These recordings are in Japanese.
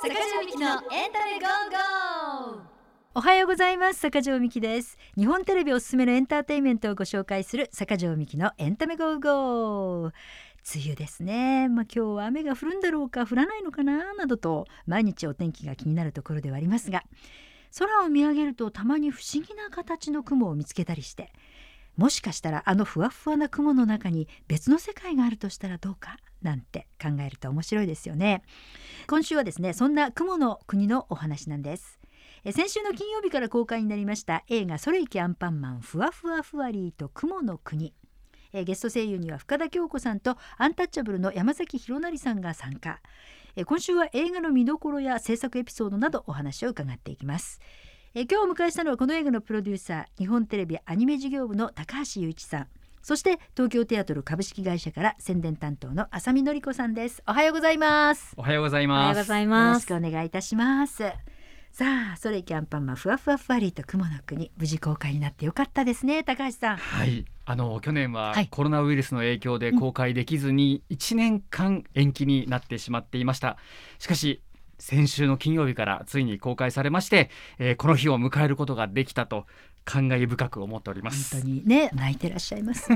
坂上美希のエンタメゴーゴー。 おはようございます。坂上美希です。日本テレビおすすめのエンターテインメントをご紹介する坂上美希のエンタメゴーゴー。梅雨ですね。今日は雨が降るんだろうか降らないのかななどと毎日お天気が気になるところではありますが、空を見上げるとたまに不思議な形の雲を見つけたりして、もしかしたらあのふわふわな雲の中に別の世界があるとしたらどうかなんて考えると面白いですよね。今週はですね、そんな雲の国のお話なんです。先週の金曜日から公開になりました映画それいけアンパンマンふわふわふわりーと雲の国。ゲスト声優には深田恭子さんとアンタッチャブルの山崎弘也さんが参加。今週は映画の見どころや制作エピソードなどお話を伺っていきます。今日お迎えしたのはこの映画のプロデューサー、日本テレビアニメ事業部の高橋雄一さん、そして東京テアトル株式会社から宣伝担当の浅見典子さんです。おはようございます。 おはようございます。 よろしくお願いいたします。さあ、それいけアンパンマンふわふわふわりと雲の国、無事公開になってよかったですね。高橋さん。 はい、去年ははいコロナウイルスの影響で公開できずに1年間延期になってしまっていました。しかし先週の金曜日からついに公開されまして、この日を迎えることができたと感慨深く思っております。 本当にね、泣いてらっしゃいます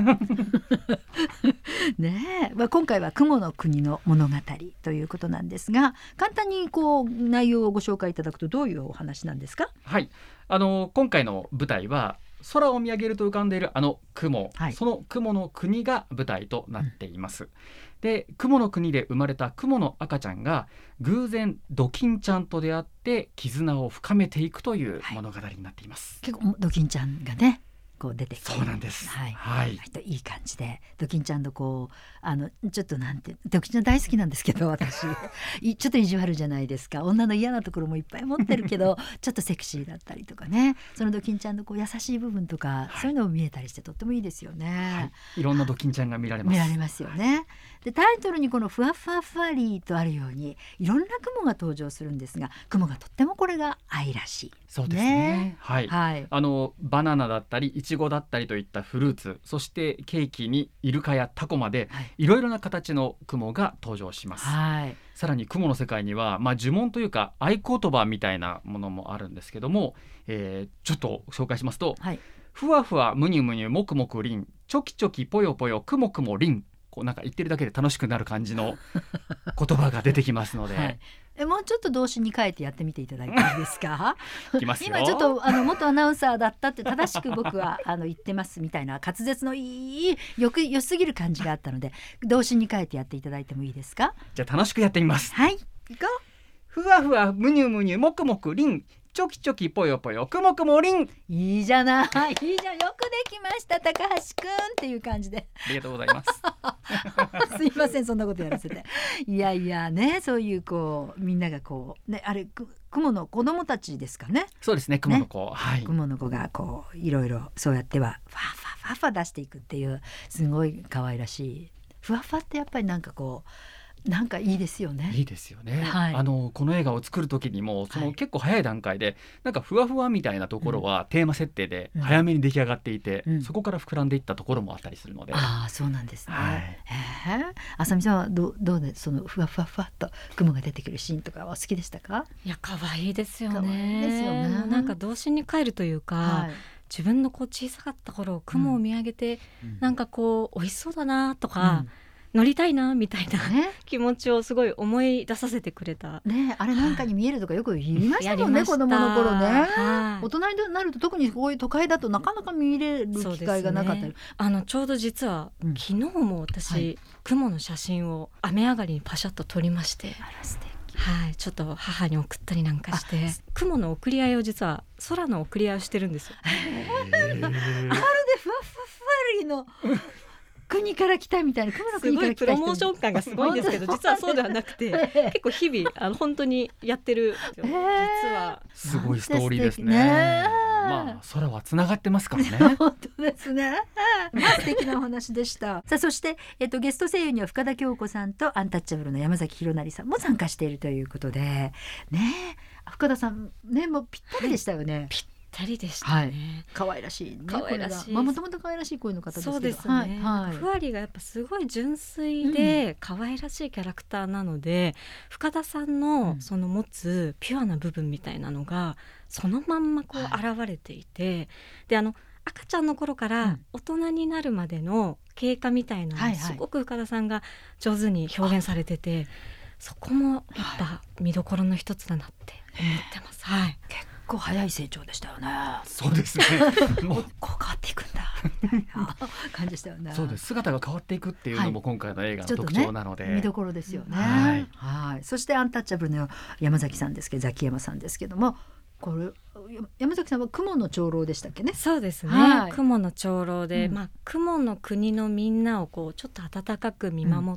ねえ、今回は雲の国の物語ということなんですが、簡単に内容をご紹介いただくとどういうお話なんですか？ はい、今回の舞台は空を見上げると浮かんでいるあの雲、 はい、 その雲の国が舞台となっています。で、雲の国で生まれた雲の赤ちゃんが偶然ドキンちゃんと出会って絆を深めていくという物語になっています。 結構ドキンちゃんがね出てきて、 そうなんです。 はいはい、 いい感じでドキンちゃんのちょっとなんて、ドキンちゃん大好きなんですけど私ちょっと意地悪じゃないですか。女の嫌なところもいっぱい持ってるけどちょっとセクシーだったりとかね、そのドキンちゃんの優しい部分とか、そういうのも見えたりしてとってもいいですよね。 はい、いろんなドキンちゃんが見られます。 見られますよね。で、タイトルにこのふわふわふわりとあるようにいろんな雲が登場するんですが、雲がとってもこれが愛らしい。 そうですね。はい、 はい、 バナナだったりイチゴだったりといったフルーツ、そしてケーキにイルカやタコまで、いろいろな形の雲が登場します。 はい、 さらに雲の世界には、呪文というか合言葉みたいなものもあるんですけども、ちょっと紹介しますと、 はい、 ふわふわむにゅむにゅもくもくりん、チョキチョキぽよぽよくもくもりん、なんか言ってるだけで楽しくなる感じの言葉が出てきますので、 はい、もうちょっと動詞に変えてやってみていただいていいですか？ いきますよ。 今ちょっと元アナウンサーだったって正しく僕は言ってますみたいな滑舌のいい良すぎる感じがあったので、動詞に変えてやっていただいてもいいですか？ じゃあ楽しくやってみます。 はい、行こう。 ふわふわむにゅむにゅもくもくりん、チョキチョキぽよぽよくもくもりん。 いいじゃない、いいじゃん、よくできました高橋くんっていう感じで。 ありがとうございますすいません、そんなことやらせて。いやいやね、そういうみんながね、あれ雲の子供たちですかね。 そうですね、雲の子、 ね、 はい、 雲の子がいろいろそうやってはファファファファ出していくっていう、すごい可愛らしい。ふわふわってやっぱりなんかいいですよね。 いいですよね。 はい、 この映画を作る時にも結構早い段階でなんかふわふわみたいなところはテーマ設定で早めに出来上がっていて、そこから膨らんでいったところもあったりするので。 ああ、そうなんですね。 はい、 あさみさんはどうで、そのふわふわふわっと雲が出てくるシーンとかは好きでしたか？ いや、可愛いですよね。 可愛いですよね。 なんか動詞に変えるというか、はい、自分の小さかった頃雲を見上げて、なんか美味しそうだなとか、乗りたいなみたいな、気持ちをすごい思い出させてくれた、 ね、あれなんかに見えるとかよく言いましたもんね、子供の頃ね、大人になると特にこういう都会だとなかなか見れる機会がなかったり、 ちょうど実は、昨日も私、雲の写真を雨上がりにパシャッと撮りまして、 あら素敵、 はい、ちょっと母に送ったりなんかして、雲の送り合いを実は空の送り合いをしてるんですよ。 まるでふわふわふわりの国から来たみたいな、雲の国から来た人、 すごいプロモーション感がすごいんですけど実はそうではなくて結構日々本当にやってる、実はすごいストーリーですね。空はつながってますからね。 本当ですね。素敵なお話でした。さあ、そして、ゲスト声優には深田恭子さんとアンタッチャブルの山崎弘也さんも参加しているということでね。深田さんね、もうぴったりでしたよね。 ぴっったりでしたね、 はい、可愛らしいね。 可愛らしい、 もともと可愛らしい声の方ですけど、 そうですね、 はいはい、 ふわりがやっぱすごい純粋で可愛らしいキャラクターなので、深田さんのその持つピュアな部分みたいなのがそのまんまこう現れていて、で赤ちゃんの頃から大人になるまでの経過みたいなのをすごく深田さんが上手に表現されてて、そこもやっぱ見どころの一つだなって思ってます、はい、 結構早い成長でしたよね。 そうですねもうこう変わっていくんだみたいな感じでしたよね。 そうです、姿が変わっていくっていうのも今回の映画の特徴なので、 見どころですよね、 はいはい、そしてアンタッチャブルの山崎さんですけど、ザキヤマさんですけども、これ山崎さんは雲の長老でしたっけね。 そうですね、 はい、 雲の長老で、雲の国のみんなをこうちょっと温かく見守って、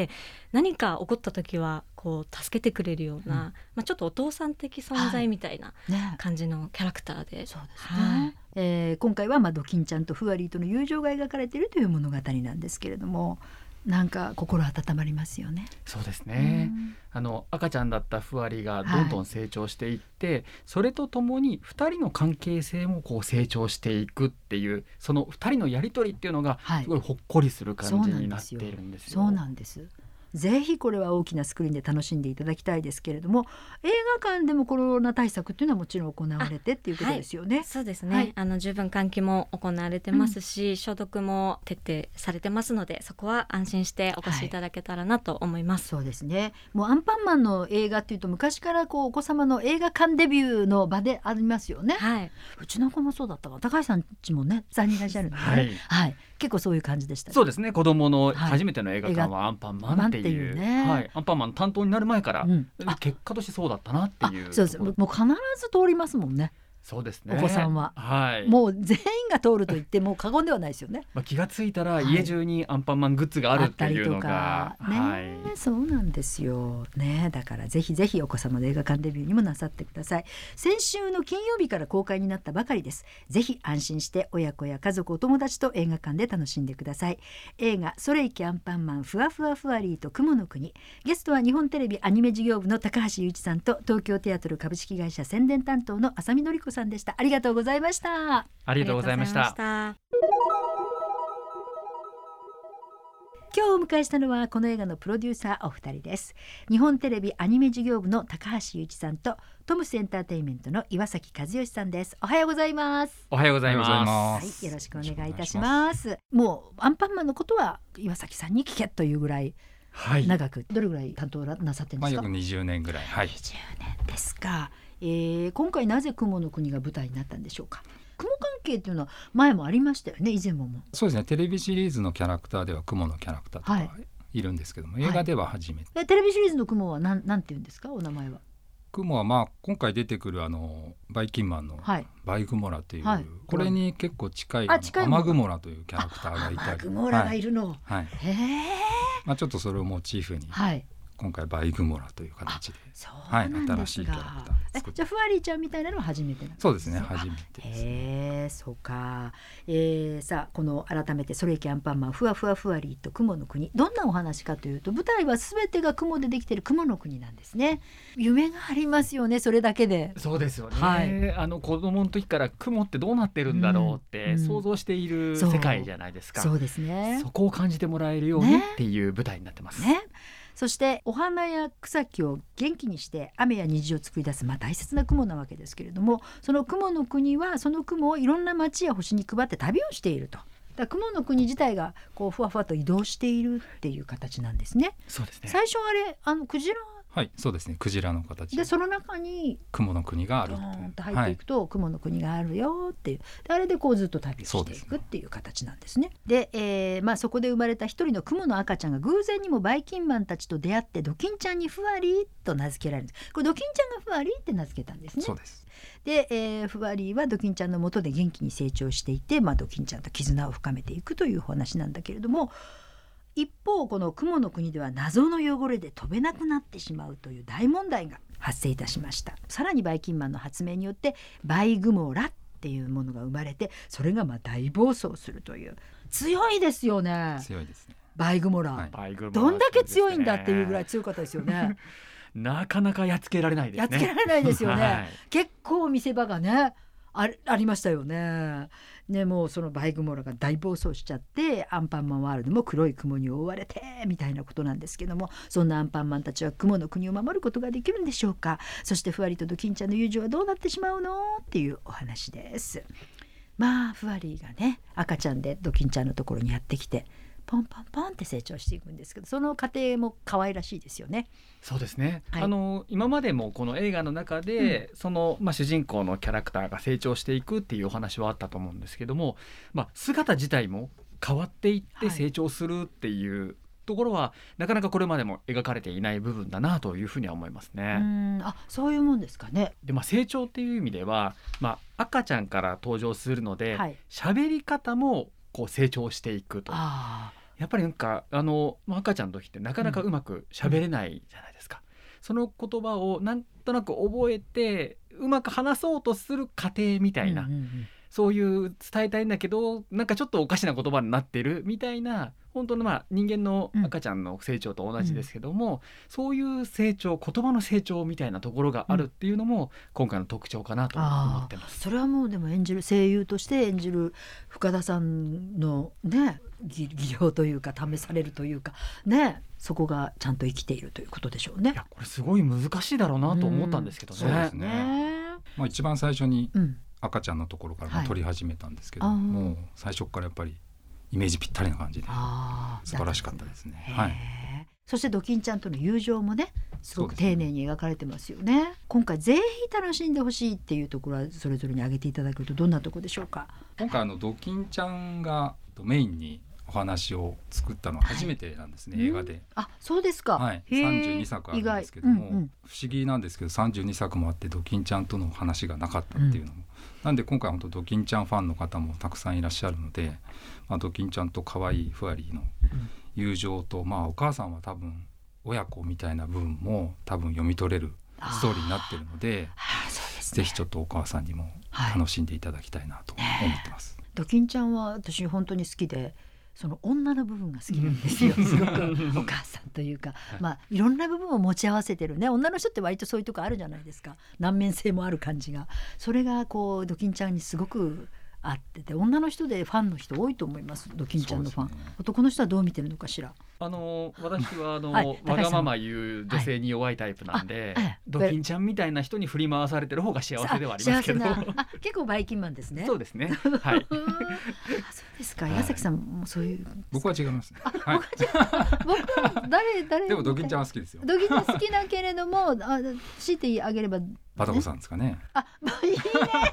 何か起こった時はこう助けてくれるような、ちょっとお父さん的存在みたいな感じのキャラクターで、 そうですね、今回はドキンちゃんとフワリーとの友情が描かれているという物語なんですけれども、なんか心温まりますよね。 そうですね、赤ちゃんだったふわりがどんどん成長していって、それとともに2人の関係性もこう成長していくっていう、その2人のやり取りっていうのがすごいほっこりする感じになっているんですよ。 そうなんです。ぜひこれは大きなスクリーンで楽しんでいただきたいですけれども、映画館でもコロナ対策っていうのはもちろん行われてっていうことですよね。 そうですね、十分換気も行われてますし、消毒も徹底されてますので、そこは安心してお越しいただけたらなと思います、 そうですね。もうアンパンマンの映画っていうと昔からこうお子様の映画館デビューの場でありますよね、うちの子もそうだったわ。高橋さんちもね在にいらっしゃるので、結構そういう感じでしたね。 そうですね、子供の初めての映画館はアンパンマンっていう、アンパンマン担当になる前から、結果としてそうだったなっていう。 そうです、もう必ず通りますもんね。 そうですね、 お子さんは、もう全員が通ると言っても過言ではないですよね気がついたら家中にアンパンマングッズがあるっていうのが、 そうなんですよね。だからぜひぜひお子様の映画館デビューにもなさってください。先週の金曜日から公開になったばかりです。ぜひ安心して親子や家族お友達と映画館で楽しんでください。映画それいけアンパンマンふわふわふわりーと雲の国、ゲストは日本テレビアニメ事業部の高橋祐一さんと東京テアトル株式会社宣伝担当の浅見典子さんでした。ありがとうございました。 ありがとうございました。 今日お迎えしたのはこの映画のプロデューサーお二人です。日本テレビアニメ事業部の高橋祐一さんとトムスエンターテインメントの岩崎和義さんです。おはようございます。 おはようございます。 よろしくお願いいたします。もうアンパンマンのことは岩崎さんに聞けというぐらい長く、どれぐらい担当なさってるんですか。 約20年ぐらい、 20年ですか。今回なぜ雲の国が舞台になったんでしょうか。雲関係っていうのは前もありましたよね、以前も。 そうですね、テレビシリーズのキャラクターでは雲のキャラクターとかいるんですけども、映画では初めて、 テレビシリーズの雲はなんて言うんですか、お名前は。 雲は今回出てくるバイキンマンのバイグモラという、これに結構近いアマグモラというキャラクターがいたり、 アマグモラがいるの、 ちょっとそれをモチーフに、今回バイグモラという形で、新しいキャラクター作って。 じゃあフワリーちゃんみたいなのは初めてなんですか。 そうですね、初めてですね。 そうか。さあこの改めてそれいけアンパンマンふわふわふわりーと雲の国、どんなお話かというと、舞台はすべてが雲でできている雲の国なんですね。夢がありますよね、それだけで。 そうですよね、子供の時から雲ってどうなってるんだろうって想像している世界じゃないですか。 そうですね、 そこを感じてもらえるようにっていう舞台になってます、 そしてお花や草木を元気にして雨や虹を作り出す、大切な雲なわけですけれども、その雲の国はその雲をいろんな町や星に配って旅をしていると。だ雲の国自体がこうふわふわと移動しているっていう形なんですね。 そうですね。 最初クジラ、 そうですね、クジラの形でその中に雲の国があると入っていくと、雲の国があるよっていう、あれでこうずっと旅をしていくっていう形なんですね。で、そこで生まれた一人の雲の赤ちゃんが偶然にもバイキンマンたちと出会って、ドキンちゃんにふわりと名付けられるんです。これドキンちゃんがふわりって名付けたんですね。 そうです。 で、ふわりはドキンちゃんの下で元気に成長していて、ドキンちゃんと絆を深めていくというお話なんだけれども、一方この雲の国では謎の汚れで飛べなくなってしまうという大問題が発生いたしました。さらにバイキンマンの発明によってバイグモラっていうものが生まれて、それが大暴走するという。強いですよね。 強いですね、 バイグモラ、どんだけ強いんだっていうぐらい強かったですよねなかなかやっつけられないですね。 やっつけられないですよね、結構見せ場がねありましたよね。ね、もうそのバイグモラが大暴走しちゃってアンパンマンワールドも黒い雲に覆われてみたいなことなんですけども、そんなアンパンマンたちは雲の国を守ることができるんでしょうか。そしてふわりとドキンちゃんの友情はどうなってしまうのっていうお話です。まあふわりがね赤ちゃんでドキンちゃんのところにやってきてポンポンポンって成長していくんですけど、その過程も可愛らしいですよね。 そうですね、 はい、 今までもこの映画の中で、その、主人公のキャラクターが成長していくっていうお話はあったと思うんですけども、姿自体も変わっていって成長するっていうところは、なかなかこれまでも描かれていない部分だなというふうには思いますね。 そういうもんですかね。 で、成長っていう意味では、赤ちゃんから登場するので、喋り方もこう成長していくと。やっぱりなんか赤ちゃんの時ってなかなかうまく喋れないじゃないですか。その言葉をなんとなく覚えてうまく話そうとする過程みたいな、そういう伝えたいんだけどなんかちょっとおかしな言葉になってるみたいな、本当の人間の赤ちゃんの成長と同じですけども、そういう成長、言葉の成長みたいなところがあるっていうのも今回の特徴かなと思ってます。 それはもうでも演じる声優として演じる深田さんのね技量というか試されるというかね、そこがちゃんと生きているということでしょうね。 いやこれすごい難しいだろうなと思ったんですけどね。 そうですね、一番最初に赤ちゃんのところから撮り始めたんですけど、もう最初からやっぱりイメージぴったりな感じで素晴らしかったですね。はい、 そしてドキンちゃんとの友情もねすごく丁寧に描かれてますよね。今回ぜひ楽しんでほしいっていうところはそれぞれに挙げていただけるとどんなところでしょうか。 今回ドキンちゃんがメインにお話を作ったのは初めてなんですね、映画で。 そうですか。 32作あるんですけども、不思議なんですけど32作もあってドキンちゃんとの話がなかったっていうのも、なんで今回本当ドキンちゃんファンの方もたくさんいらっしゃるので、ドキンちゃんと可愛いふわりの友情と、お母さんは多分親子みたいな部分も多分読み取れるストーリーになってるので、ぜひちょっとお母さんにも楽しんでいただきたいなと思ってます。 ドキンちゃんは私本当に好きで、その女の部分が好きなんですよ。すごくお母さんというか、いろんな部分を持ち合わせてるね。女の人って割とそういうとこあるじゃないですか。難面性もある感じが、それがこうドキンちゃんにすごくあってて、女の人でファンの人多いと思います。ドキンちゃんのファン、男の人はどう見てるのかしら。 私はわがまま言う女性に弱いタイプなんで、ドキンちゃんみたいな人に振り回されてる方が幸せではありますけど結構バイキンマンですね。 そうですね、はい。 そうですか。岩崎さんもそういう。 僕は違いますね。 僕誰でもドキンちゃんは好きですよ。 ドキンちゃん好きだけれども強いてあげればバタコさんですかね。 いいね。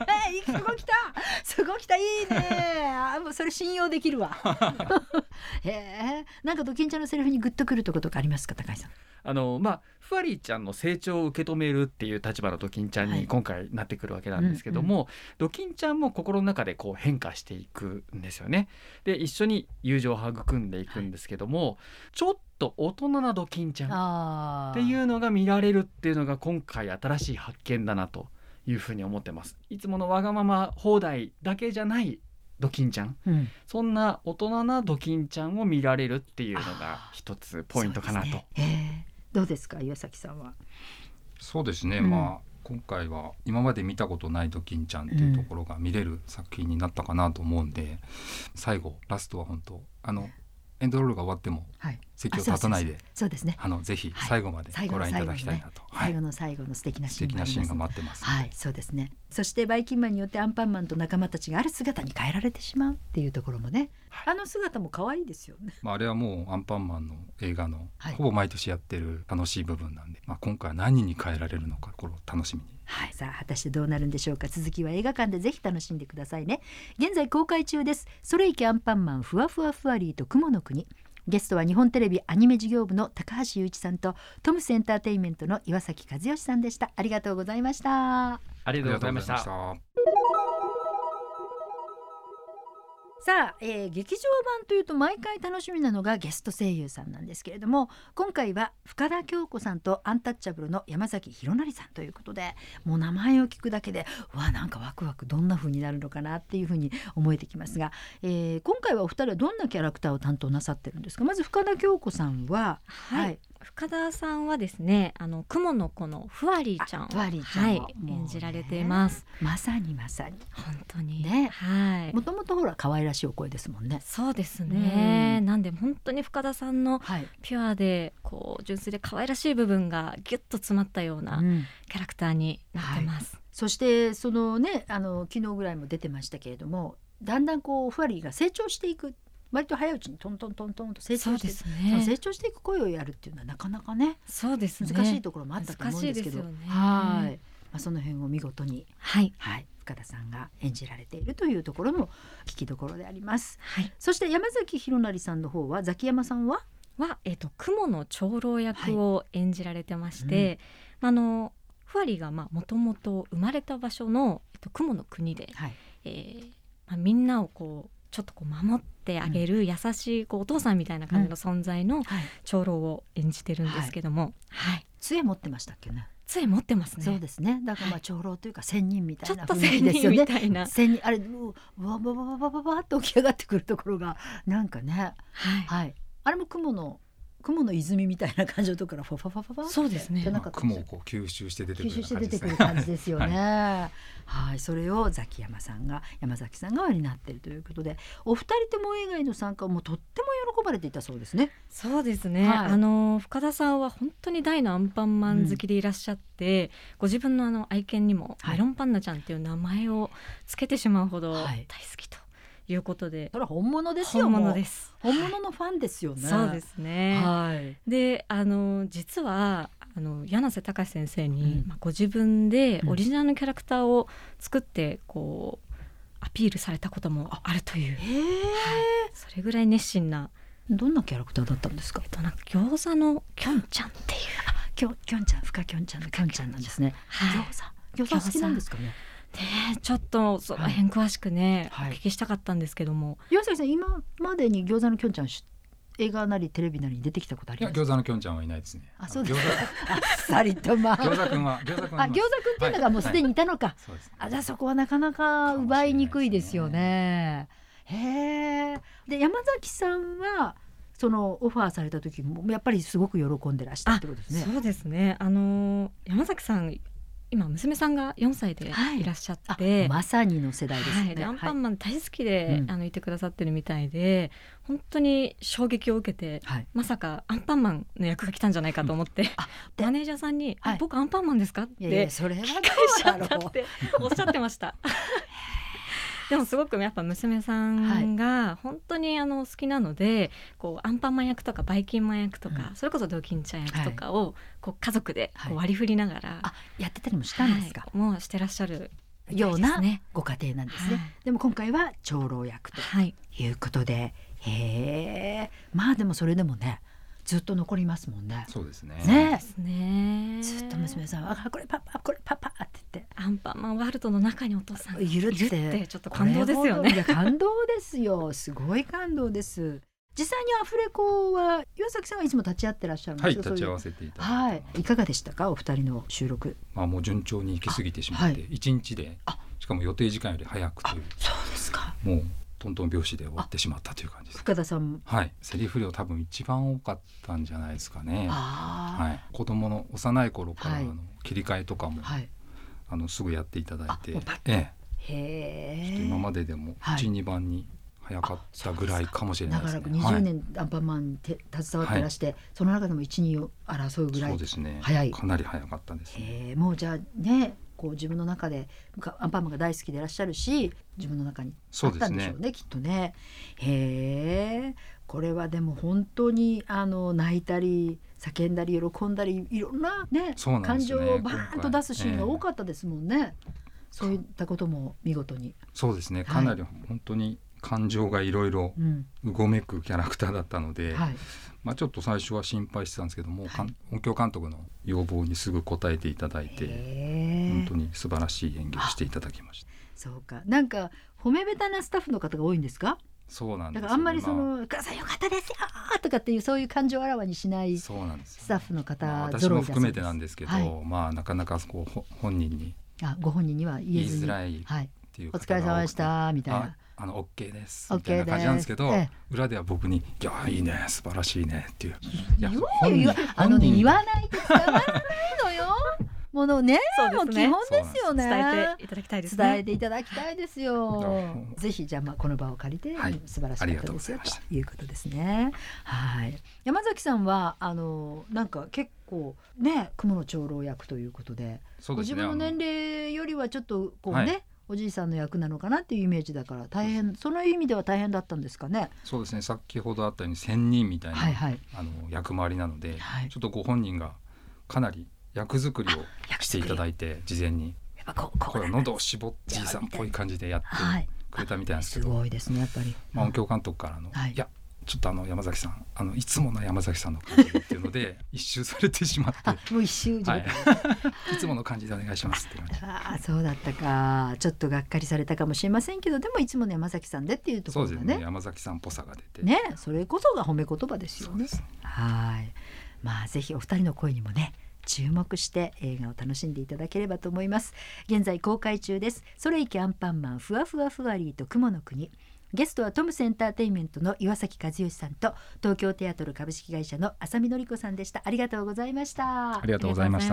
そこ来たいいね。もうそれ信用できるわ。なんかドキンちゃんのセリフにグッとくるところとかありますか、高井さん。 ふわりちゃんの成長を受け止めるっていう立場のドキンちゃんに今回なってくるわけなんですけども、ドキンちゃんも心の中でこう変化していくんですよね。で一緒に友情を育んでいくんですけども、ちょっと大人なドキンちゃんっていうのが見られるっていうのが今回新しい発見だなというふうに思ってます。いつものわがまま放題だけじゃないドキンちゃん、そんな大人なドキンちゃんを見られるっていうのが一つポイントかなと。 どうですか岩崎さんは。 そうですね、今回は今まで見たことないドキンちゃんっていうところが見れる作品になったかなと思うんで、最後ラストは本当エンドロールが終わっても席を立たないで、 そうですね、 ぜひ最後までご覧いただきたいなと。 最後の最後の素敵なシーンが待ってます。 そうですね。そしてバイキンマンによってアンパンマンと仲間たちがある姿に変えられてしまうっていうところもね、姿も可愛いですよね。 あれはもうアンパンマンの映画のほぼ毎年やってる楽しい部分なんで、今回は何に変えられるのかこれを楽しみに。 さあ果たしてどうなるんでしょうか。続きは映画館でぜひ楽しんでくださいね。現在公開中です。それいけアンパンマンふわふわふわりーと雲の国。ゲストは日本テレビアニメ事業部の高橋雄一さんとトムスエンターテインメントの岩崎和義さんでした。ありがとうございました。 ありがとうございました。 さあ、劇場版というと毎回楽しみなのがゲスト声優さんなんですけれども、今回は深田恭子さんとアンタッチャブルの山崎弘也さんということで、もう名前を聞くだけでなんかワクワクどんな風になるのかなっていう風に思えてきますが、今回はお二人はどんなキャラクターを担当なさってるんですか。まず深田恭子さんは、 深田さんはですね、雲の子のふわりーちゃんを、演じられています。 まさに本当にね、もともとほら可愛らしいお声ですもんね。 そうですね、なんで本当に深田さんのピュアでこう純粋で可愛らしい部分がギュッと詰まったようなキャラクターになってます。 そしてそのね、昨日ぐらいも出てましたけれども、だんだんこうふわりが成長していく、割と早いうちにトントンと成長して、その成長していく声をやるっていうのはなかなかね、 そうですね、 難しいところもあったと思うんですけど、その辺を見事に、深田さんが演じられているというところも聞きどころであります。そして山崎弘成さんの方は、ザキヤマさんは雲の長老役を演じられてまして、ふわりがもともと生まれた場所の、雲の国で、みんなをこうちょっとこう守ってあげる優しいこうお父さんみたいな感じの存在の長老を演じてるんですけども、 杖持ってましたっけね。 杖持ってますね。 そうですね。だから長老というか仙人みたいな雰囲気ですよね。ちょっと仙人みたいな。 仙人、あれわっと起き上がってくるところがなんかね、あれも雲の泉みたいな感じのところからファファファファそうですね。 雲をこう吸収して出てくる感じですよね。それを山崎さんがおやりになっているということで、お二人とも映画への参加をもうとっても喜ばれていたそうですね。 そうですね、深田さんは本当に大のアンパンマン好きでいらっしゃって、ご自分の愛犬にもメロンパンナちゃんっていう名前をつけてしまうほど大好きということで、 それは本物ですよ。 本物です。 本物のファンですよね。 そうですね。で実は柳瀬隆先生に、ご自分でオリジナルのキャラクターを作ってこうアピールされたこともあるという、それぐらい熱心な。 どんなキャラクターだったんですか。 餃子のきょんちゃんっていう、 きょんちゃん、深きょんちゃんのきょんちゃんなんですね。餃子好きなんですかね。 ちょっとその辺詳しくね、お聞きしたかったんですけども、 岩崎さん今までに餃子のきょんちゃん映画なりテレビなりに出てきたことありますか。 餃子のきょんちゃんはいないですね。 そうです。あっさりと餃子くんっていうのがもうすでにいたのか。じゃあそこはなかなか奪いにくいですよね。で山崎さんはそのオファーされた時もやっぱりすごく喜んでらしたってことですね。 そうですね。山崎さん今娘さんが4歳でいらっしゃって、 まさにの世代ですね。 アンパンマン大好きで、いてくださってるみたいで、本当に衝撃を受けて、まさかアンパンマンの役が来たんじゃないかと思ってマネージャーさんに、僕アンパンマンですかってそれは聞かれちゃったっておっしゃってましたでもすごくやっぱ娘さんが本当に好きなので、こうアンパンマン役とかバイキンマン役とか、それこそドキンちゃん役とかをこう家族でこう割り振りながら、 やってたりもしたんですか。 もうしてらっしゃるようなご家庭なんですね。でも今回は長老役ということで、でもそれでもねずっと残りますもんね。 そうですね。 ずっと娘さんはこれパパって言ってアンパンマンワールドの中にお父さんいるってちょっと感動ですよね。 感動ですよ。すごい感動です。実際にアフレコは岩崎さんはいつも立ち会ってらっしゃるんですか。 立ち会わせていただいて、 いかがでしたかお二人の収録。 もう順調に行き過ぎてしまって、1日でしかも予定時間より早くという。 そうですか。 もうトントン拍子で終わってしまったという感じです。 深田さんもセリフ量多分一番多かったんじゃないですかね。子供の幼い頃からの切り替えとかも、すぐやっていただいて、ちょっと今まででも 1,2 番に早かったぐらいかもしれないですね。 長らく20年アンパンマンに携わってらして、その中でも 1,2 を争うぐらい早い。 かなり早かったですね。 もうじゃあね、こう自分の中でアンパンマンが大好きでいらっしゃるし、自分の中にあったんでしょうね、きっとね。これはでも本当に泣いたり叫んだり喜んだりいろんなね、感情をバーンと出すシーンが多かったですもんね。そういったことも見事に。そうですね。 かなり本当に感情がいろいろうごめくキャラクターだったので、ちょっと最初は心配してたんですけども、音響監督の要望にすぐ応えていただいて、本当に素晴らしい演技をしていただきました。 そうか。なんか褒めべたなスタッフの方が多いんですか。 そうなんですよ。 だからあんまり「深田さんよかったですよ」とかっていうそういう感情をあらわにしないスタッフの方ぞろいだそうです。私も含めてなんですけど、なかなか本人にご本人には言えずに言いづらいっていうお疲れ様でしたみたいな。 OK ですみたいな感じなんですけど、裏では僕にいやいいね素晴らしいねっていう、 言わないと伝わらないのよものね、もう基本ですよね。 伝えていただきたいですね。 伝えていただきたいですよ。ぜひじゃあこの場を借りて、素晴らしかったですよということですね。はい。山崎さんはなんか結構ね雲の長老役ということで、ご自分の年齢よりはちょっとこうね、おじいさんの役なのかなっていうイメージだから大変、その意味では大変だったんですかね。 そうですね、先ほどあったように仙人みたいな、役回りなので、ちょっとご本人がかなり役作りをしていただいて、事前にこれ喉を絞ってじいさんっぽい感じでやってくれたみたいなんですけど、 すごいですねやっぱり、 音響監督からの、いやちょっと山崎さんいつもの山崎さんの感じっていうので一周されてしまってもう一周、いつもの感じでお願いしますって感じ。 そうだったか。ちょっとがっかりされたかもしれませんけど、でもいつもの山崎さんでっていうところがね、 そうですね、山崎さんっぽさが出てね、それこそが褒め言葉ですよね。はい、ぜひお二人の声にもね注目して映画を楽しんでいただければと思います。現在公開中です。それいけアンパンマンふわふわふわりーと雲の国。ゲストはトムスエンターテインメントの岩崎和義さんと東京テアトル株式会社の浅見典子さんでした。ありがとうございました。 ありがとうございました。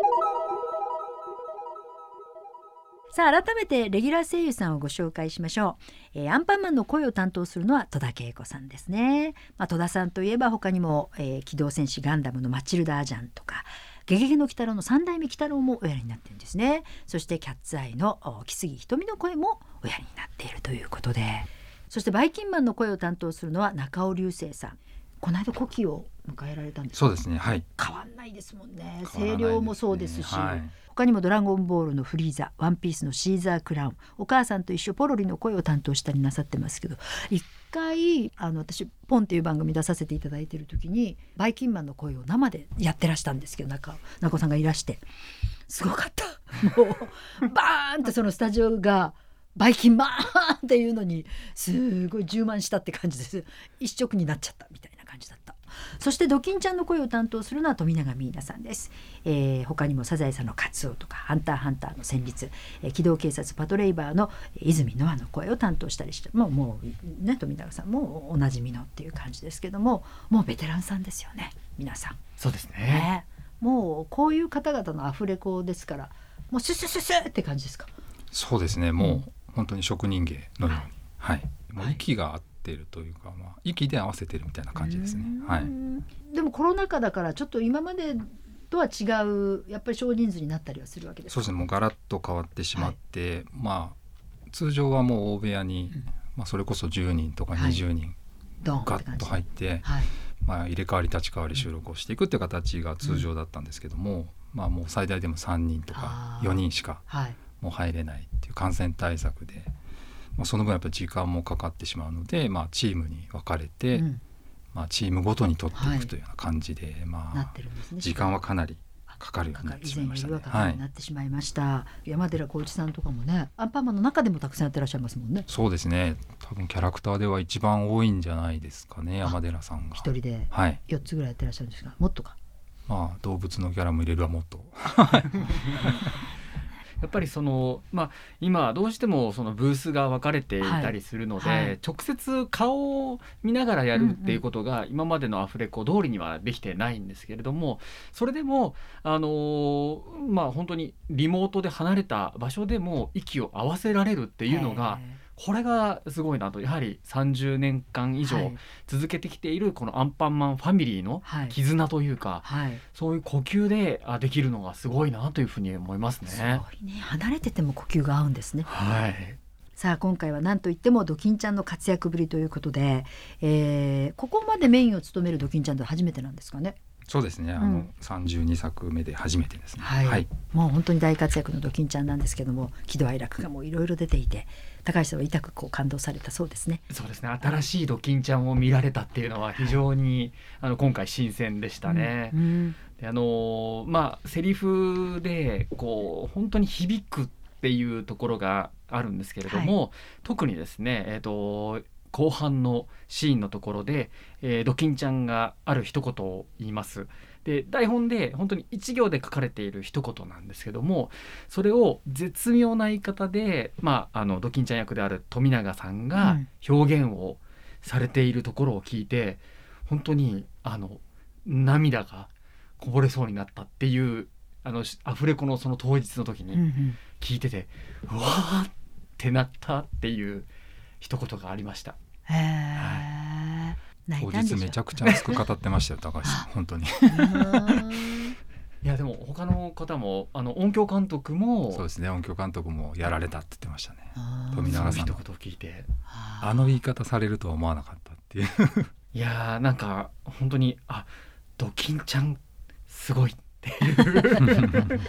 さあ改めてレギュラー声優さんをご紹介しましょう。アンパンマンの声を担当するのは戸田恵子さんですね。戸田さんといえば他にも、機動戦士ガンダムのマチルダ・アジャンとかゲゲゲの鬼太郎の三代目鬼太郎もおやりになってるんですね。そしてキャッツアイの木杉ひとみの声もおやりになっているということで、そしてバイキンマンの声を担当するのは中尾隆聖さん。この間古希を迎えられたんですか。 そうですね、はい、 変わんないですもんね。声量もそうですし、他にもドラゴンボールのフリーザ、ワンピースのシーザークラウン、お母さんと一緒ポロリの声を担当したりなさってますけど、一回私ポンっていう番組出させていただいている時にバイキンマンの声を生でやってらしたんですけど、中尾さんがいらしてすごかった。もうバーンってそのスタジオがバイキンマンっていうのにすごい充満したって感じです。一色になっちゃったみたいな感じだった。そしてドキンちゃんの声を担当するのは富永美奈さんです。他にもサザエさんのカツオとかハンターハンターの戦慄、機動警察パトレイバーの泉ノアの声を担当したりして、もうね富永さんもおなじみのっていう感じですけども、もうベテランさんですよね皆さん。 そうですね。 もうこういう方々のアフレコですから、もうススススって感じですか。 そうですね、もう本当に職人芸のように、もう息が合ってるというか、息で合わせてるみたいな感じですね。 でもコロナ禍だからちょっと今までとは違うやっぱり少人数になったりはするわけですか。 そうですね、もうガラッと変わってしまって、通常はもう大部屋に、それこそ10人とか20人、ガッと入って、入れ替わり立ち替わり収録をしていくっていう形が通常だったんですけども、もう最大でも3人とか4人しかもう入れないっていう感染対策で、その分やっぱり時間もかかってしまうので、チームに分かれて、チームごとに取っていくというような感じで、 なってるんですね。 時間はかなりかかるようになってしまいましたね。以前よりはかかるようになってしまいました。山寺宏一さんとかもね、アンパンマンの中でもたくさんやってらっしゃいますもんね。 そうですね、多分キャラクターでは一番多いんじゃないですかね、山寺さんが一人で4つぐらいやってらっしゃるんですが、もっとか。 動物のキャラも入れるはもっとやっぱり今どうしてもそのブースが分かれていたりするので、直接顔を見ながらやるっていうことが今までのアフレコ通りにはできてないんですけれども、それでも本当にリモートで離れた場所でも息を合わせられるっていうのが、これがすごいなと。やはり30年間以上続けてきているこのアンパンマンファミリーの絆というか、そういう呼吸でできるのがすごいなというふうに思いますね。 すごいね、離れてても呼吸が合うんですね。さあ今回は何といってもドキンちゃんの活躍ぶりということで、ここまでメインを務めるドキンちゃんと初めてなんですかね。 そうですね、32作目で初めてですね。 もう本当に大活躍のドキンちゃんなんですけども、喜怒哀楽がもういろいろ出ていて、高橋さんは痛く感動されたそうですね。 そうですね、新しいドキンちゃんを見られたっていうのは非常に、今回新鮮でしたね。でセリフで本当に響くっていうところがあるんですけれども、特にですね、後半のシーンのところで、ドキンちゃんがある一言を言います。 で台本で本当に1行で書かれている一言なんですけども、それを絶妙な言い方で、ドキンちゃん役である富永さんが表現をされているところを聞いて、本当に涙がこぼれそうになったっていうアフレコのその当日の時に聞いてて、うわーってなったっていう一言がありました。 当日めちゃくちゃ熱く語ってましたよ高橋さん本当にいやでも他の方も音響監督もそうですね、音響監督もやられたって言ってましたね。富永さんの一言を聞いて言い方されるとは思わなかったっていういやなんか本当にドキンちゃんすごいっていう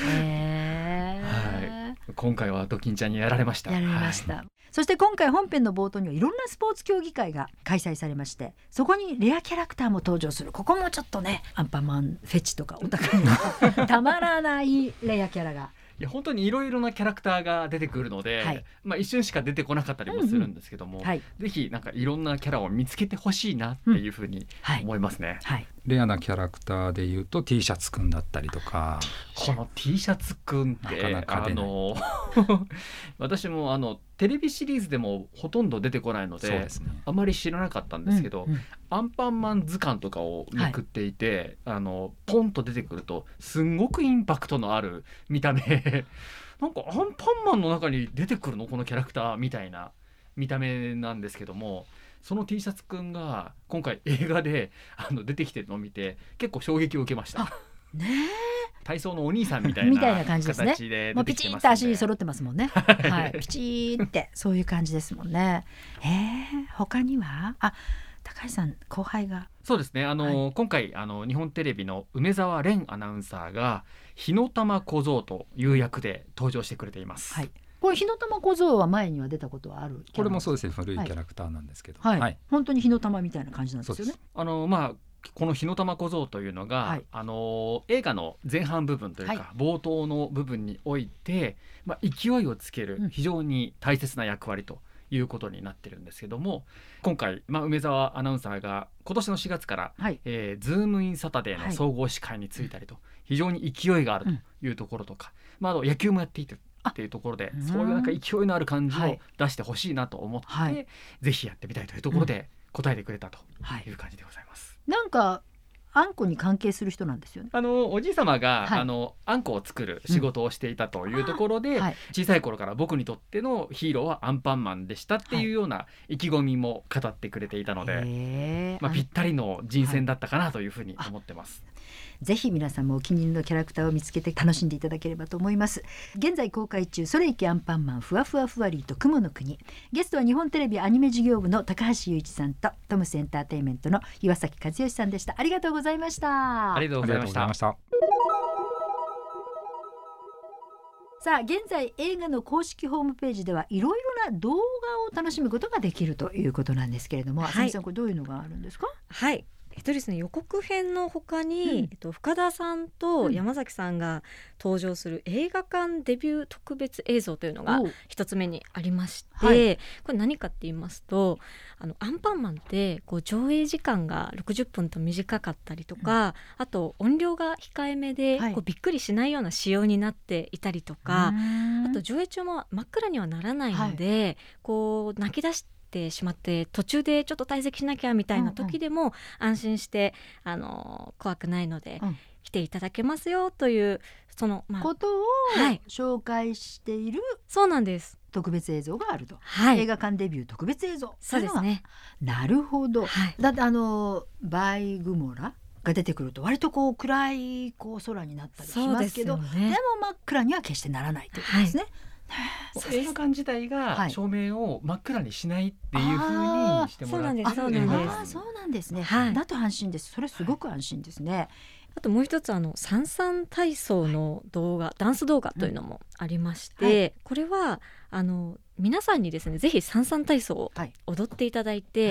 今回はドキンちゃんにやられました。 そして今回本編の冒頭にはいろんなスポーツ競技会が開催されまして、そこにレアキャラクターも登場する。ここもちょっとね、アンパンマンフェチとかオタクにたまらないレアキャラがいや本当にいろいろなキャラクターが出てくるので、一瞬しか出てこなかったりもするんですけども、ぜひなんかいろんなキャラを見つけてほしいなっていうふうに思いますね。 レアなキャラクターでいうと T シャツくんだったりとか、 この T シャツくんってなかなか出ない私もテレビシリーズでもほとんど出てこないの で、あまり知らなかったんですけど、アンパンマン図鑑とかをめくっていて、ポンと出てくるとすんごくインパクトのある見た目なんかアンパンマンの中に出てくるのこのキャラクターみたいな見た目なんですけども、その T シャツくんが今回映画で出てきてるのを見て結構衝撃を受けました。体操のお兄さんみたいな感じですね。 もうピチッと足揃ってますもんねピチッってそういう感じですもんね。他には高橋さん後輩がそうですね、今回日本テレビの梅澤蓮アナウンサーが火の玉小僧という役で登場してくれています。 これ火の玉小僧は前には出たことはある？ これもそうですね、古いキャラクターなんですけど、 本当に火の玉みたいな感じなんですよね。 この火の玉小僧というのが、映画の前半部分というか、冒頭の部分において、勢いをつける非常に大切な役割ということになってるんですけども、今回、梅澤アナウンサーが今年の4月から、ズームインサタデーの総合司会に就いたりと、非常に勢いがあるというところとか、野球もやっていてっていうところで、そういうなんか勢いのある感じを出してほしいなと思って、ぜひやってみたいというところで答えてくれたという感じでございます。 なんかあんこに関係する人なんですよね。 おじい様が、あんこを作る仕事をしていたというところで、小さい頃から僕にとってのヒーローはアンパンマンでしたっていうような意気込みも語ってくれていたので、ぴったりの人選だったかなというふうに思ってます。 ぜひ皆さんもお気に入りのキャラクターを見つけて楽しんでいただければと思います。現在公開中、それいけアンパンマンふわふわふわりーと雲の国。ゲストは日本テレビアニメ事業部の高橋雄一さんとトムスエンターテインメントの岩崎和義さんでした。ありがとうございました。 ありがとうございました。 さあ現在映画の公式ホームページではいろいろな動画を楽しむことができるということなんですけれども、あさみさんこれどういうのがあるんですか？ ですね、予告編の他に、深田さんと山崎さんが登場する映画館デビュー特別映像というのが一つ目にありまして、これ何かって言いますと、アンパンマンって上映時間が60分と短かったりとか、あと音量が控えめで、びっくりしないような仕様になっていたりとか、あと上映中も真っ暗にはならないので、泣き出してしまって途中でちょっと退席しなきゃみたいな時でも安心して怖くないので来ていただけますよというその、 ことを紹介している、 そうなんです、 特別映像があると、映画館デビュー特別映像。 そうですね。 なるほど、だってバイグモラが出てくると割と暗い空になったりしますけど、でも真っ暗には決してならないということですね。 映画館自体が照明を真っ暗にしないっていう風にしてもらって、 そうなんですね。だと安心です。それすごく安心ですね。 あともう一つサンサン体操の動画、ダンス動画というのもありまして、これは皆さんにですね、ぜひサンサン体操を踊っていただいて、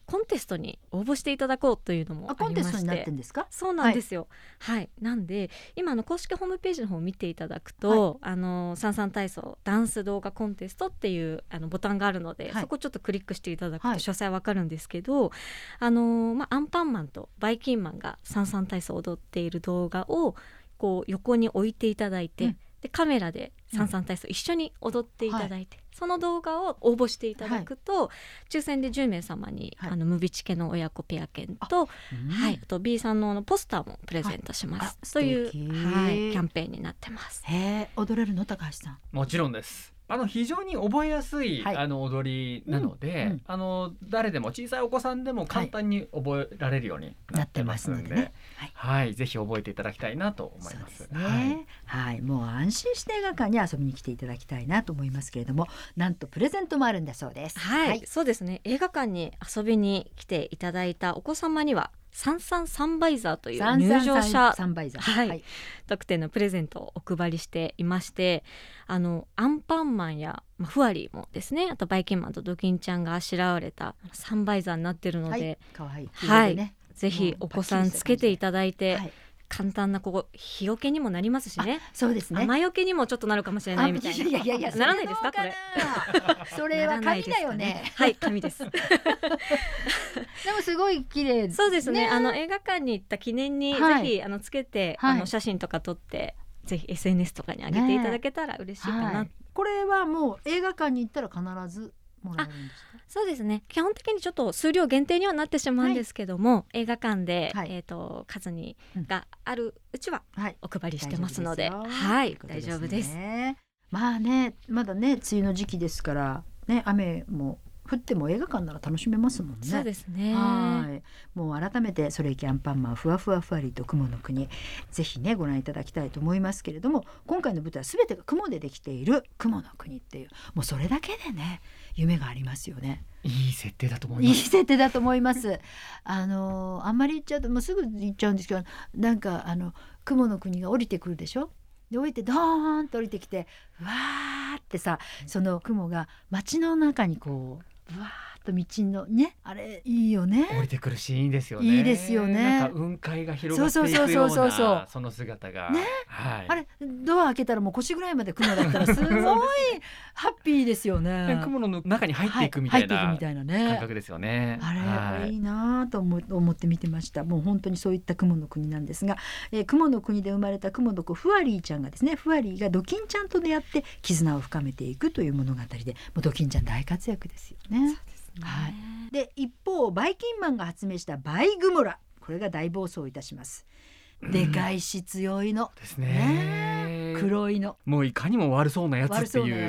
コンテストに応募していただこうというのもありまして。 コンテストになってるんですか？ そうなんですよ、はい、なんで今公式ホームページの方を見ていただくと、はい、サンサン体操ダンス動画コンテストっていうボタンがあるので、はい、そこちょっとクリックしていただくと詳細わかるんですけど、アンパンマンとバイキンマンがサンサン体操を踊っている動画をこう横に置いていただいて、でカメラでサンサン体操一緒に踊っていただいて、その動画を応募していただくと、抽選で10名様に、ムビチケの親子ペア券と、あと B さんのポスターもプレゼントします、という、キャンペーンになってます。 踊れるの高橋さん？ もちろんです。非常に覚えやすい、踊りなので、誰でも小さいお子さんでも簡単に覚えられるようになってますので、ぜひ覚えていただきたいなと思います。 もう安心して映画館に遊びに来ていただきたいなと思いますけれども、なんとプレゼントもあるんだそうです。 そうですね。映画館に遊びに来ていただいたお子様にはサンサンサンバイザーという入場者特典のプレゼントをお配りしていまして、アンパンマンや、フワリーもですね、あとバイキンマンとドキンちゃんがあしらわれたサンバイザーになっているので、 かわいい、 ぜひお子さんつけていただいて、簡単な日よけにもなりますしね。 そうですね。 雨よけにもちょっとなるかもしれないみたいな。 いやならないですかこれ？ それは紙だよね。 はい、紙です。 でもすごい綺麗。 そうですね。映画館に行った記念にぜひつけて写真とか撮ってぜひ SNS とかに上げていただけたら嬉しいかな。 これはもう映画館に行ったら必ずもらえるんですか？ そうですね。基本的にちょっと数量限定にはなってしまうんですけども、映画館で、数があるうちはお配りしてますので、大丈夫です。 まあね、まだね梅雨の時期ですからね、雨も降っても映画館なら楽しめますもんね。 そうですね。 もう改めてそれいけアンパンマンふわふわふわりと雲の国、ぜひねご覧いただきたいと思いますけれども、今回の舞台は全てが雲でできている雲の国っていう、もうそれだけでね夢がありますよね。 いい設定だと思います。 いい設定だと思います。あんまり言っちゃうともうすぐ言っちゃうんですけど、なんか雲の国が降りてくるでしょ。で降りてドーンと降りてきてわーってさ、その雲が街の中にこうわーっと道のね、あれいいよね。 降りてくるシーンいいですよね。 いいですよね。 なんか雲海が広がっていくようなその姿がね、 あれドア開けたらもう腰ぐらいまで雲だったらすごいハッピーですよね。 雲の中に入っていくみたいな感覚ですよね。 あれいいなと思って見てました。もう本当にそういった雲の国なんですが、雲の国で生まれた雲の子フワリーちゃんがですね、フワリーがドキンちゃんと出会って絆を深めていくという物語で、もうドキンちゃん大活躍ですよね。で一方バイキンマンが発明したバイグモラ、これが大暴走いたします。でかいし強いのですね。 黒いの、 もういかにも悪そうなやつっていう、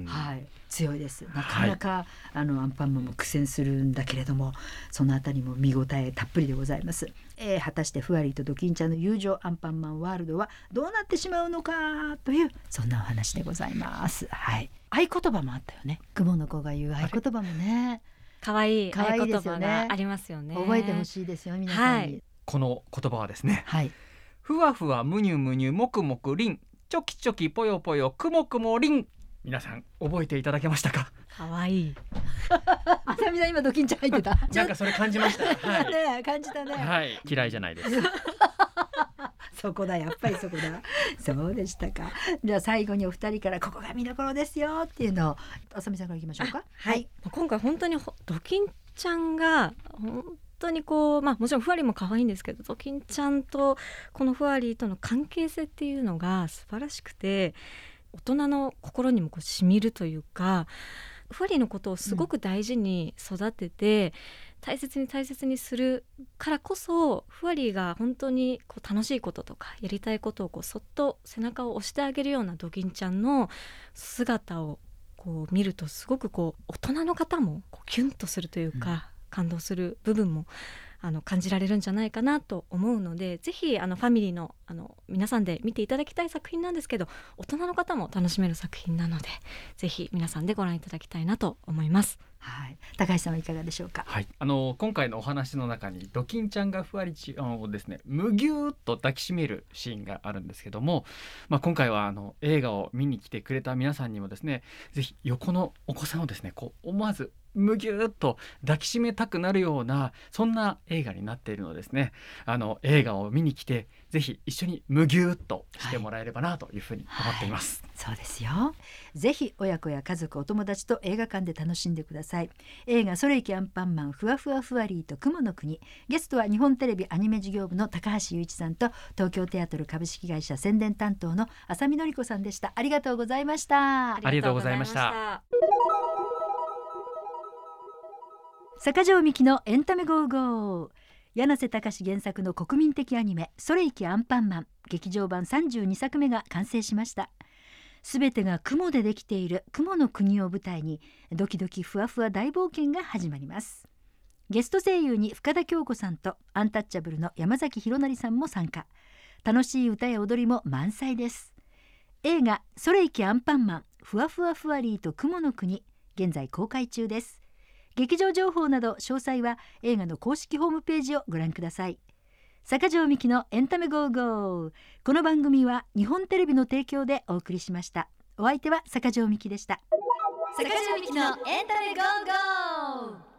強いです。なかなか、アンパンマンも苦戦するんだけれども、そのあたりも見応えたっぷりでございます。果たしてフワリーとドキンちゃんの友情アンパンマンワールドはどうなってしまうのかという、そんなお話でございます。合言葉もあったよね。雲の子が言う合言葉もね、 可愛い合言葉がありますよね。 覚えてほしいですよ皆さんに。 この言葉はですね、ふわふわむにゅむにゅもくもくりん、チョキチョキぽよぽよくもくもりん。皆さん覚えていただけましたか？ 可愛い。 あさみさん今ドキンちゃん入ってた。 なんかそれ感じました。 感じたね。 嫌いじゃないです。 そこだ、やっぱりそこだ。そうでしたか。じゃあ最後にお二人からここが見どころですよっていうのをあさみさんからいきましょうか。 今回本当にドキンちゃんが本当にもちろんフワリーも可愛いんですけど、ドキンちゃんとこのフワリーとの関係性っていうのが素晴らしくて、大人の心にも染みるというか、フワリーのことをすごく大事に育てて、大切にするからこそ、フワリーが本当に楽しいこととかやりたいことをそっと背中を押してあげるようなドキンちゃんの姿を見ると、すごく大人の方もキュンとするというか、感動する部分も感じられるんじゃないかなと思うので、ぜひファミリーの皆さんで見ていただきたい作品なんですけど、大人の方も楽しめる作品なので、ぜひ皆さんでご覧いただきたいなと思います。 高橋さんはいかがでしょうか？ 今回のお話の中にドキンちゃんがフワリちゃんをですねむぎゅーっと抱きしめるシーンがあるんですけども、今回は映画を見に来てくれた皆さんにもですね、ぜひ横のお子さんをですね思わずむぎゅーっと抱きしめたくなるようなそんな映画になっているのですね。映画を見に来てぜひ一緒にむぎゅーっとしてもらえればなというふうに思っています、 そうですよ。ぜひ親子や家族お友達と映画館で楽しんでください。映画それいきアンパンマンふわふわふわりーと雲の国、ゲストは日本テレビアニメ事業部の高橋雄一さんと東京テアトル株式会社宣伝担当の浅見典子さんでした。ありがとうございました。 ありがとうございました。 坂上美希のエンタメゴーゴー。柳瀬隆原作の国民的アニメそれいきアンパンマン劇場版32作目が完成しました。すべてが雲でできている雲の国を舞台にドキドキふわふわ大冒険が始まります。ゲスト声優に深田恭子さんとアンタッチャブルの山崎弘也さんも参加。楽しい歌や踊りも満載です。映画それいきアンパンマンふわふわふわりーと雲の国、現在公開中です。劇場情報など詳細は映画の公式ホームページをご覧ください。坂上美希のエンタメゴーゴー。この番組は日本テレビの提供でお送りしました。お相手は坂上美希でした。 坂上美希のエンタメゴーゴー。